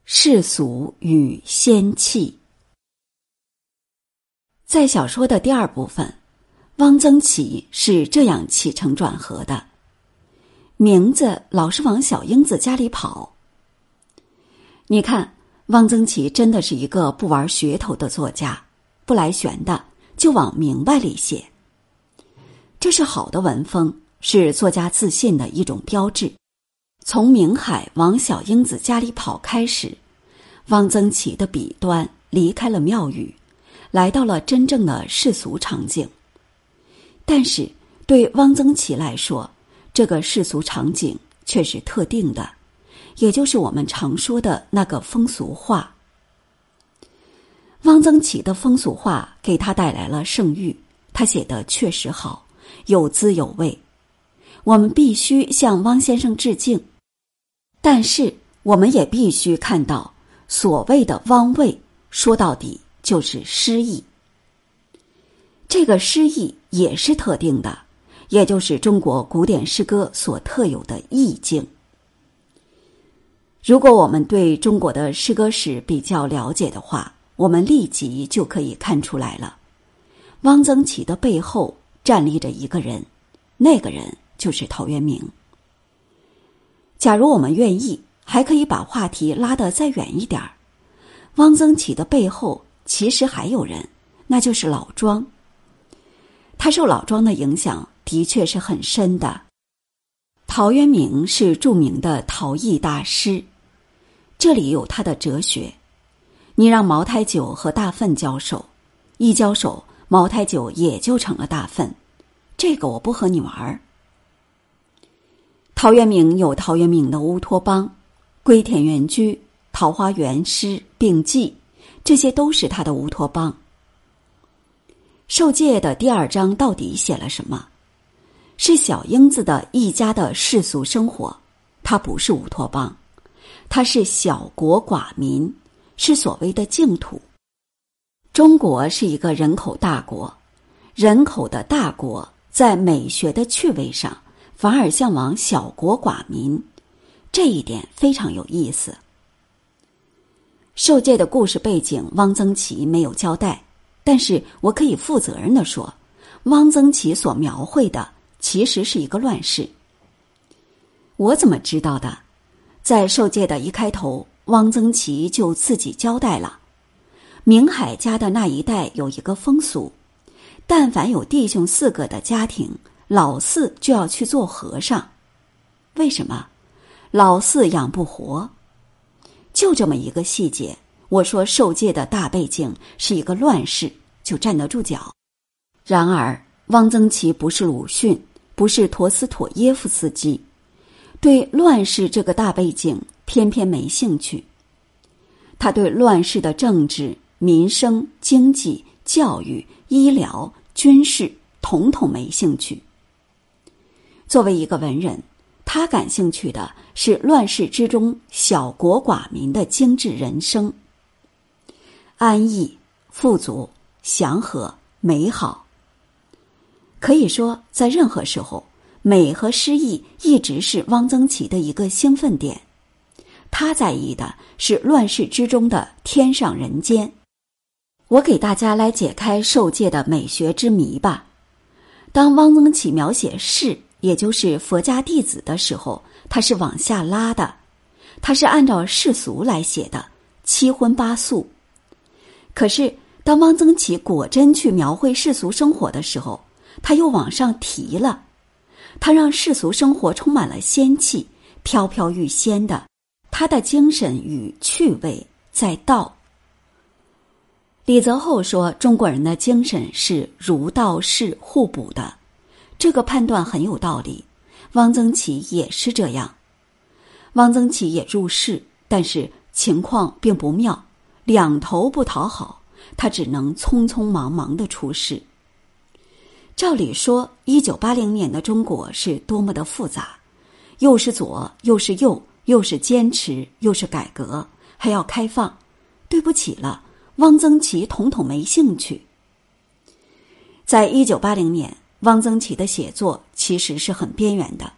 世俗与仙气。在小说的第二部分，汪曾祺是这样起承转合的，名字老是往小英子家里跑。你看，汪曾祺真的是一个不玩噱头的作家，不来玄的就往明白里写。这是好的文风，是作家自信的一种标志。从明海往小英子家里跑开始，汪曾祺的笔端离开了庙宇，来到了真正的世俗场景。但是对汪曾祺来说，这个世俗场景却是特定的，也就是我们常说的那个风俗画。汪曾祺的风俗画给他带来了盛誉，他写得确实好，有滋有味。我们必须向汪先生致敬，但是我们也必须看到，所谓的汪味说到底就是诗意。这个诗意也是特定的，也就是中国古典诗歌所特有的意境。如果我们对中国的诗歌史比较了解的话，我们立即就可以看出来了，汪曾祺的背后站立着一个人，那个人就是陶渊明。假如我们愿意，还可以把话题拉得再远一点，汪曾祺的背后其实还有人，那就是老庄。他受老庄的影响的确是很深的。陶渊明是著名的陶艺大师，这里有他的哲学。你让茅台酒和大粪交手，一交手，茅台酒也就成了大粪，这个我不和你玩。陶渊明有陶渊明的乌托邦，归田园居、桃花源诗、并记，这些都是他的乌托邦。受戒的第二章到底写了什么？是小英子的一家的世俗生活，它不是乌托邦，它是小国寡民，是所谓的净土。中国是一个人口大国，人口的大国在美学的趣味上反而向往小国寡民，这一点非常有意思。受戒的故事背景汪曾祺没有交代，但是我可以负责任地说，汪曾祺所描绘的其实是一个乱世。我怎么知道的？在受戒的一开头，汪曾祺就自己交代了，明海家的那一带有一个风俗，但凡有弟兄4个的家庭，老4就要去做和尚。为什么？老4养不活。就这么一个细节，我说受戒的大背景是一个乱世，就站得住脚。然而汪曾祺不是鲁迅，不是陀思妥耶夫斯基，对乱世这个大背景偏偏没兴趣。他对乱世的政治、民生、经济、教育、医疗、军事统统没兴趣。作为一个文人，他感兴趣的是乱世之中小国寡民的精致人生，安逸、富足、祥和、美好。可以说，在任何时候，美和诗意一直是汪曾祺的一个兴奋点。他在意的是乱世之中的天上人间。我给大家来解开受戒的美学之谜吧。当汪曾祺描写士，也就是佛家弟子的时候，他是往下拉的，他是按照世俗来写的，7荤8素。可是当汪曾祺果真去描绘世俗生活的时候，他又往上提了，他让世俗生活充满了仙气，飘飘欲仙的，他的精神与趣味在道。李泽厚说，中国人的精神是儒道士互补的，这个判断很有道理。汪曾祺也是这样。汪曾祺也入仕，但是情况并不妙，两头不讨好，他只能匆匆忙忙地出仕。照理说，1980年的中国是多么的复杂，又是左，又是右，又是坚持，又是改革，还要开放。对不起了，汪曾祺统统没兴趣。在1980年，汪曾祺的写作其实是很边缘的，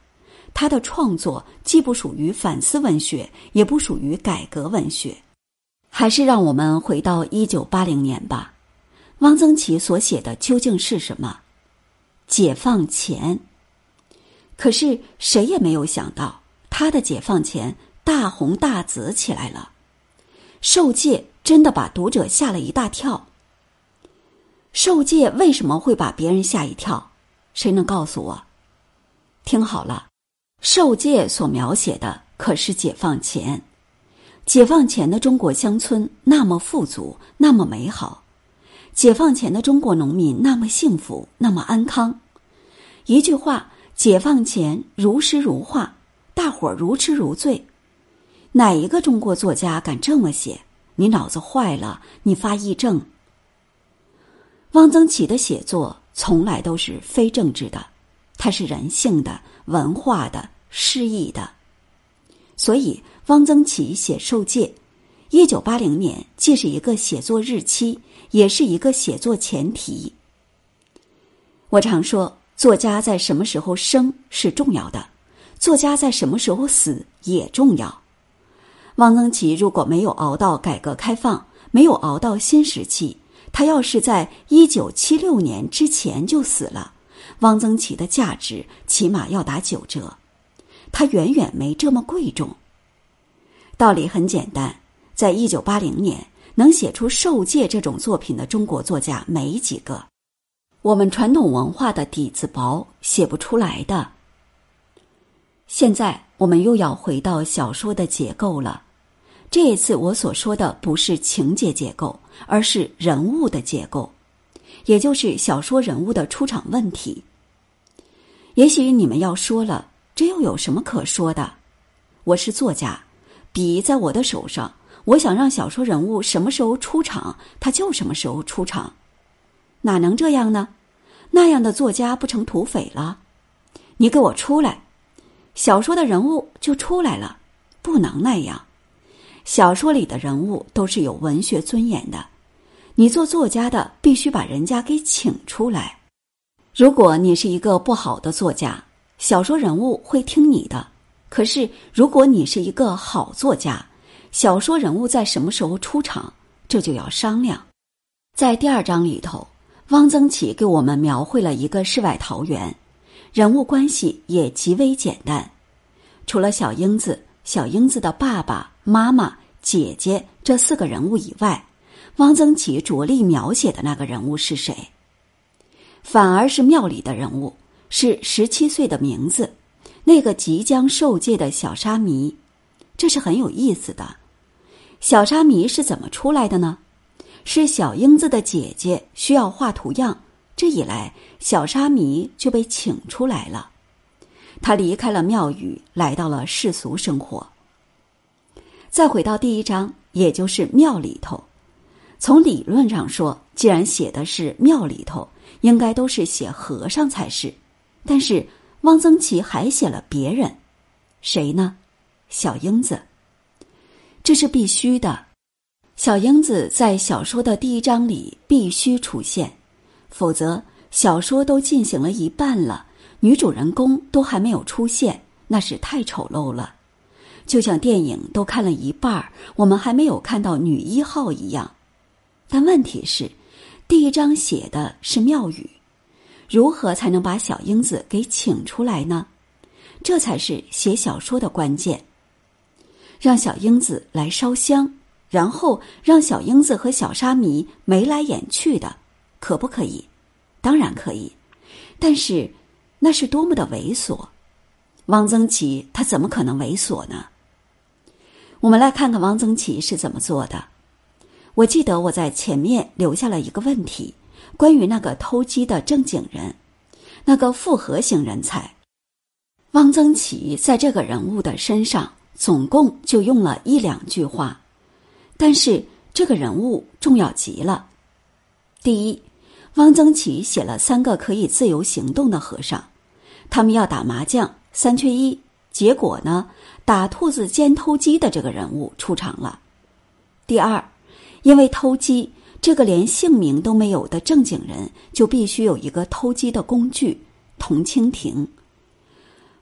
他的创作既不属于反思文学，也不属于改革文学。还是让我们回到1980年吧。汪曾祺所写的究竟是什么？解放前。可是谁也没有想到，他的解放前大红大紫起来了。受戒真的把读者吓了一大跳。受戒为什么会把别人吓一跳？谁能告诉我？听好了，受戒所描写的可是解放前。解放前的中国乡村那么富足，那么美好。解放前的中国农民那么幸福，那么安康。一句话，解放前如诗如画，大伙儿如痴如醉。哪一个中国作家敢这么写？你脑子坏了，你发癔症。汪曾祺的写作从来都是非政治的，它是人性的、文化的、诗意的。所以汪曾祺写受戒，1980年既是一个写作日期，也是一个写作前提。我常说，作家在什么时候生是重要的，作家在什么时候死也重要。汪曾祺如果没有熬到改革开放，没有熬到新时期，他要是在1976年之前就死了，汪曾祺的价值起码要打9折。他远远没这么贵重。道理很简单，在1980年能写出受戒这种作品的中国作家没几个。我们传统文化的底子薄，写不出来的。现在我们又要回到小说的结构了。这一次我所说的不是情节结构，而是人物的结构，也就是小说人物的出场问题。也许你们要说了，这又有什么可说的？我是作家，笔在我的手上，我想让小说人物什么时候出场，他就什么时候出场。哪能这样呢？那样的作家不成土匪了？你给我出来，小说的人物就出来了，不能那样。小说里的人物都是有文学尊严的，你做作家的必须把人家给请出来。如果你是一个不好的作家，小说人物会听你的。可是如果你是一个好作家，小说人物在什么时候出场，这就要商量。在第2章里头，汪曾祺给我们描绘了一个世外桃源，人物关系也极为简单。除了小英子、小英子的爸爸妈妈、姐姐这4个人物以外，汪曾祺着力描写的那个人物是谁？反而是庙里的人物，是17岁的名字，那个即将受戒的小沙弥。这是很有意思的。小沙弥是怎么出来的呢？是小英子的姐姐需要画图样，这一来小沙弥就被请出来了。他离开了庙宇，来到了世俗生活。再回到第1章，也就是庙里头。从理论上说，既然写的是庙里头，应该都是写和尚才是。但是汪曾祺还写了别人。谁呢？小英子。这是必须的。小英子在小说的第1章里必须出现，否则小说都进行了一半了，女主人公都还没有出现，那是太丑陋了。就像电影都看了一半，我们还没有看到女1号一样。但问题是，第1章写的是庙宇，如何才能把小英子给请出来呢？这才是写小说的关键。让小英子来烧香，然后让小英子和小沙弥眉来眼去的，可不可以？当然可以，但是那是多么的猥琐。汪曾祺他怎么可能猥琐呢？我们来看看汪曾祺是怎么做的。我记得我在前面留下了一个问题，关于那个偷鸡的正经人，那个复合型人才。汪曾祺在这个人物的身上总共就用了1-2句话，但是这个人物重要极了。第一，汪曾祺写了3个可以自由行动的和尚，他们要打麻将3缺1，结果呢，打兔子兼偷鸡的这个人物出场了。第二，因为偷鸡，这个连姓名都没有的正经人就必须有一个偷鸡的工具，铜蜻蜓。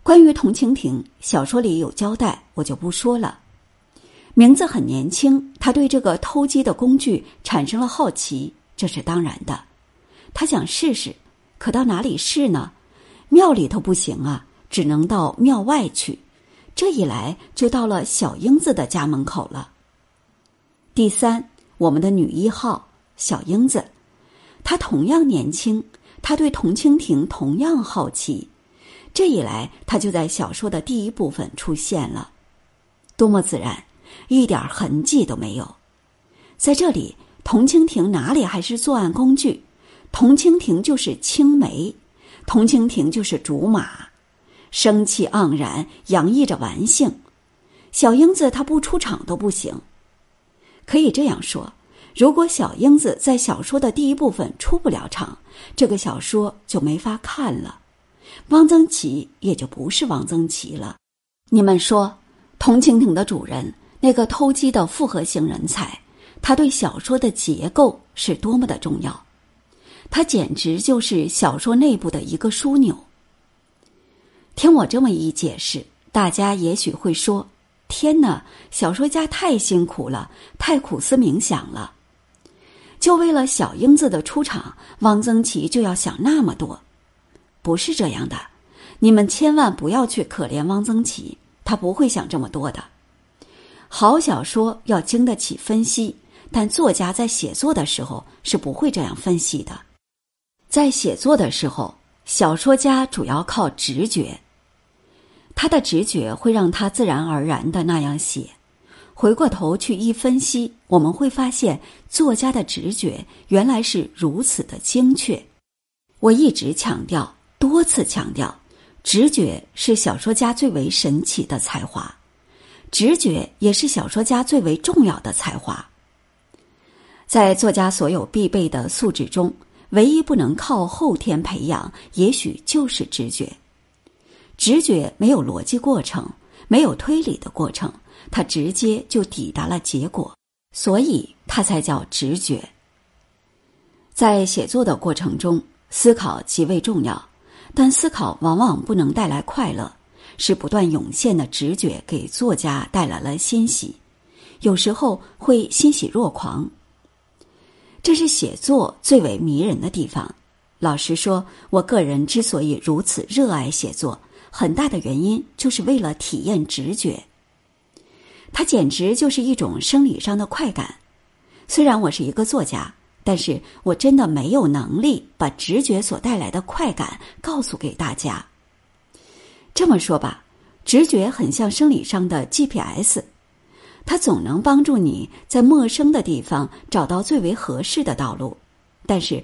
关于童蜻蜓，小说里有交代，我就不说了。名字很年轻，他对这个偷鸡的工具产生了好奇，这是当然的。他想试试，可到哪里试呢？庙里头不行啊，只能到庙外去。这一来就到了小英子的家门口了。第三，我们的女一号小英子，她同样年轻，她对童蜻蜓同样好奇。这一来，她就在小说的第一部分出现了，多么自然，一点痕迹都没有。在这里，童蜻蜓哪里还是作案工具？童蜻蜓就是青梅，童蜻蜓就是竹马，生气盎然，洋溢着玩性。小英子她不出场都不行。可以这样说，如果小英子在小说的第一部分出不了场，这个小说就没法看了，汪曾祺也就不是汪曾祺了。你们说，童蜻蜓的主人，那个偷鸡的复合型人才，他对小说的结构是多么的重要，他简直就是小说内部的一个枢纽。听我这么一解释，大家也许会说，天哪，小说家太辛苦了，太苦思冥想了。就为了小英子的出场，汪曾祺就要想那么多。不是这样的，你们千万不要去可怜汪曾祺，他不会想这么多的。好小说要经得起分析，但作家在写作的时候是不会这样分析的。在写作的时候，小说家主要靠直觉，他的直觉会让他自然而然的那样写。回过头去一分析，我们会发现作家的直觉原来是如此的精确。我一直强调，多次强调，直觉是小说家最为神奇的才华，直觉也是小说家最为重要的才华。在作家所有必备的素质中，唯一不能靠后天培养，也许就是直觉。直觉没有逻辑过程，没有推理的过程，它直接就抵达了结果，所以它才叫直觉。在写作的过程中，思考极为重要，但思考往往不能带来快乐，是不断涌现的直觉给作家带来了欣喜，有时候会欣喜若狂。这是写作最为迷人的地方。老实说，我个人之所以如此热爱写作，很大的原因就是为了体验直觉。它简直就是一种生理上的快感。虽然我是一个作家，但是我真的没有能力把直觉所带来的快感告诉给大家。这么说吧，直觉很像生理上的 GPS， 它总能帮助你在陌生的地方找到最为合适的道路，但是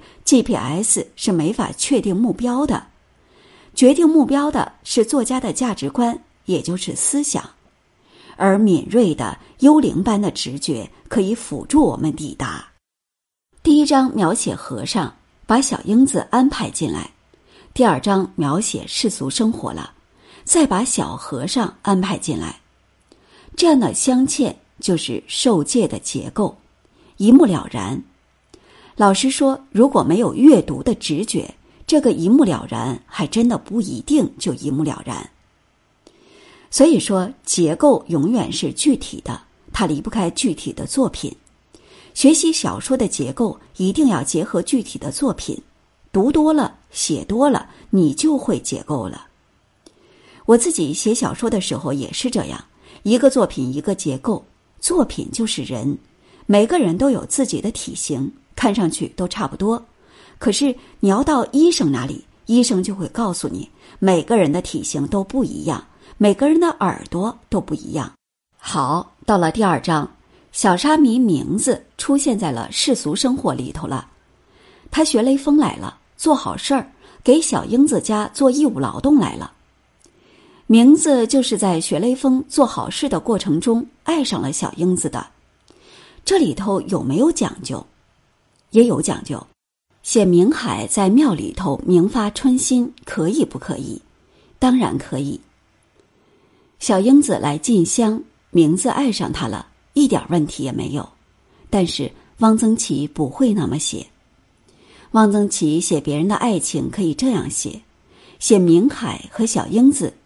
GPS 是没法确定目标的。决定目标的是作家的价值观，也就是思想，而敏锐的幽灵般的直觉可以辅助我们抵达。第一章描写和尚，把小英子安排进来；第二章描写世俗生活了，再把小和尚安排进来。这样的镶嵌就是受戒的结构，一目了然。老实说，如果没有阅读的直觉，这个一目了然还真的不一定就一目了然。所以说，结构永远是具体的，它离不开具体的作品。学习小说的结构一定要结合具体的作品，读多了，写多了，你就会结构了。我自己写小说的时候也是这样，一个作品一个结构，作品就是人，每个人都有自己的体型，看上去都差不多。可是你要到医生那里，医生就会告诉你，每个人的体型都不一样，每个人的耳朵都不一样。好，到了第二章，小沙弥名字出现在了世俗生活里头了。他学雷锋来了，做好事儿，给小英子家做义务劳动来了。名字就是在学雷锋做好事的过程中爱上了小英子的。这里头有没有讲究？也有讲究。写明海在庙里头明发春心，可以不可以？当然可以。小英子来进香，名字爱上他了，一点问题也没有。但是汪曾祺不会那么写。汪曾祺写别人的爱情可以这样写，写明海和小英子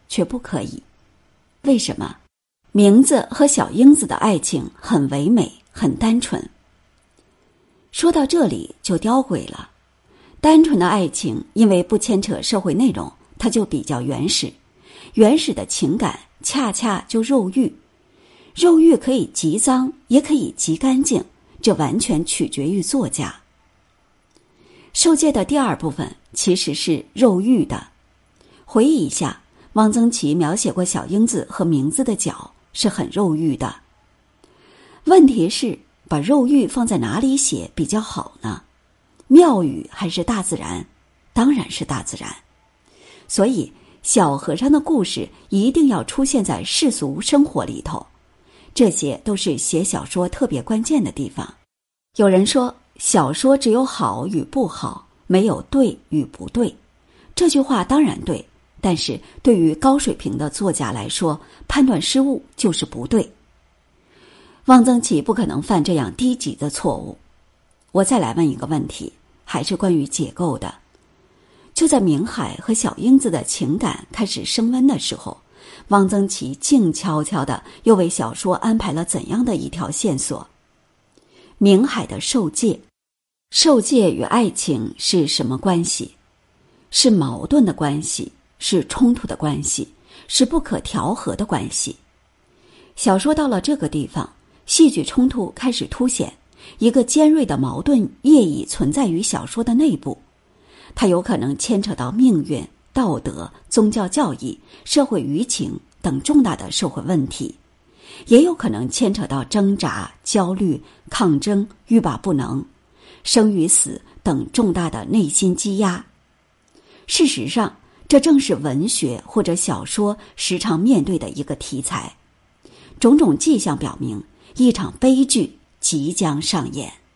却不可以。为什么？名字和小英子的爱情很唯美，很单纯。说到这里就吊诡了，单纯的爱情因为不牵扯社会内容，它就比较原始，原始的情感恰恰就肉欲。肉欲可以极脏，也可以极干净，这完全取决于作家。受戒的第二部分其实是肉欲的。回忆一下，汪曾祺描写过小英子和明子的脚是很肉欲的。问题是，把肉欲放在哪里写比较好呢？庙宇还是大自然？当然是大自然。所以小和尚的故事一定要出现在世俗生活里头，这些都是写小说特别关键的地方。有人说，小说只有好与不好，没有对与不对。这句话当然对，但是对于高水平的作家来说，判断失误就是不对。汪曾祺不可能犯这样低级的错误。我再来问一个问题，还是关于解构的。就在明海和小英子的情感开始升温的时候，汪曾祺静悄悄地又为小说安排了怎样的一条线索？明海的受戒，受戒与爱情是什么关系？是矛盾的关系，是冲突的关系，是不可调和的关系。小说到了这个地方，戏剧冲突开始凸显，一个尖锐的矛盾业已存在于小说的内部，它有可能牵扯到命运、道德、宗教教义、社会舆情等重大的社会问题，也有可能牵扯到挣扎、焦虑、抗争、欲罢不能、生与死等重大的内心积压。事实上，这正是文学或者小说时常面对的一个题材。种种迹象表明，一场悲剧即将上演。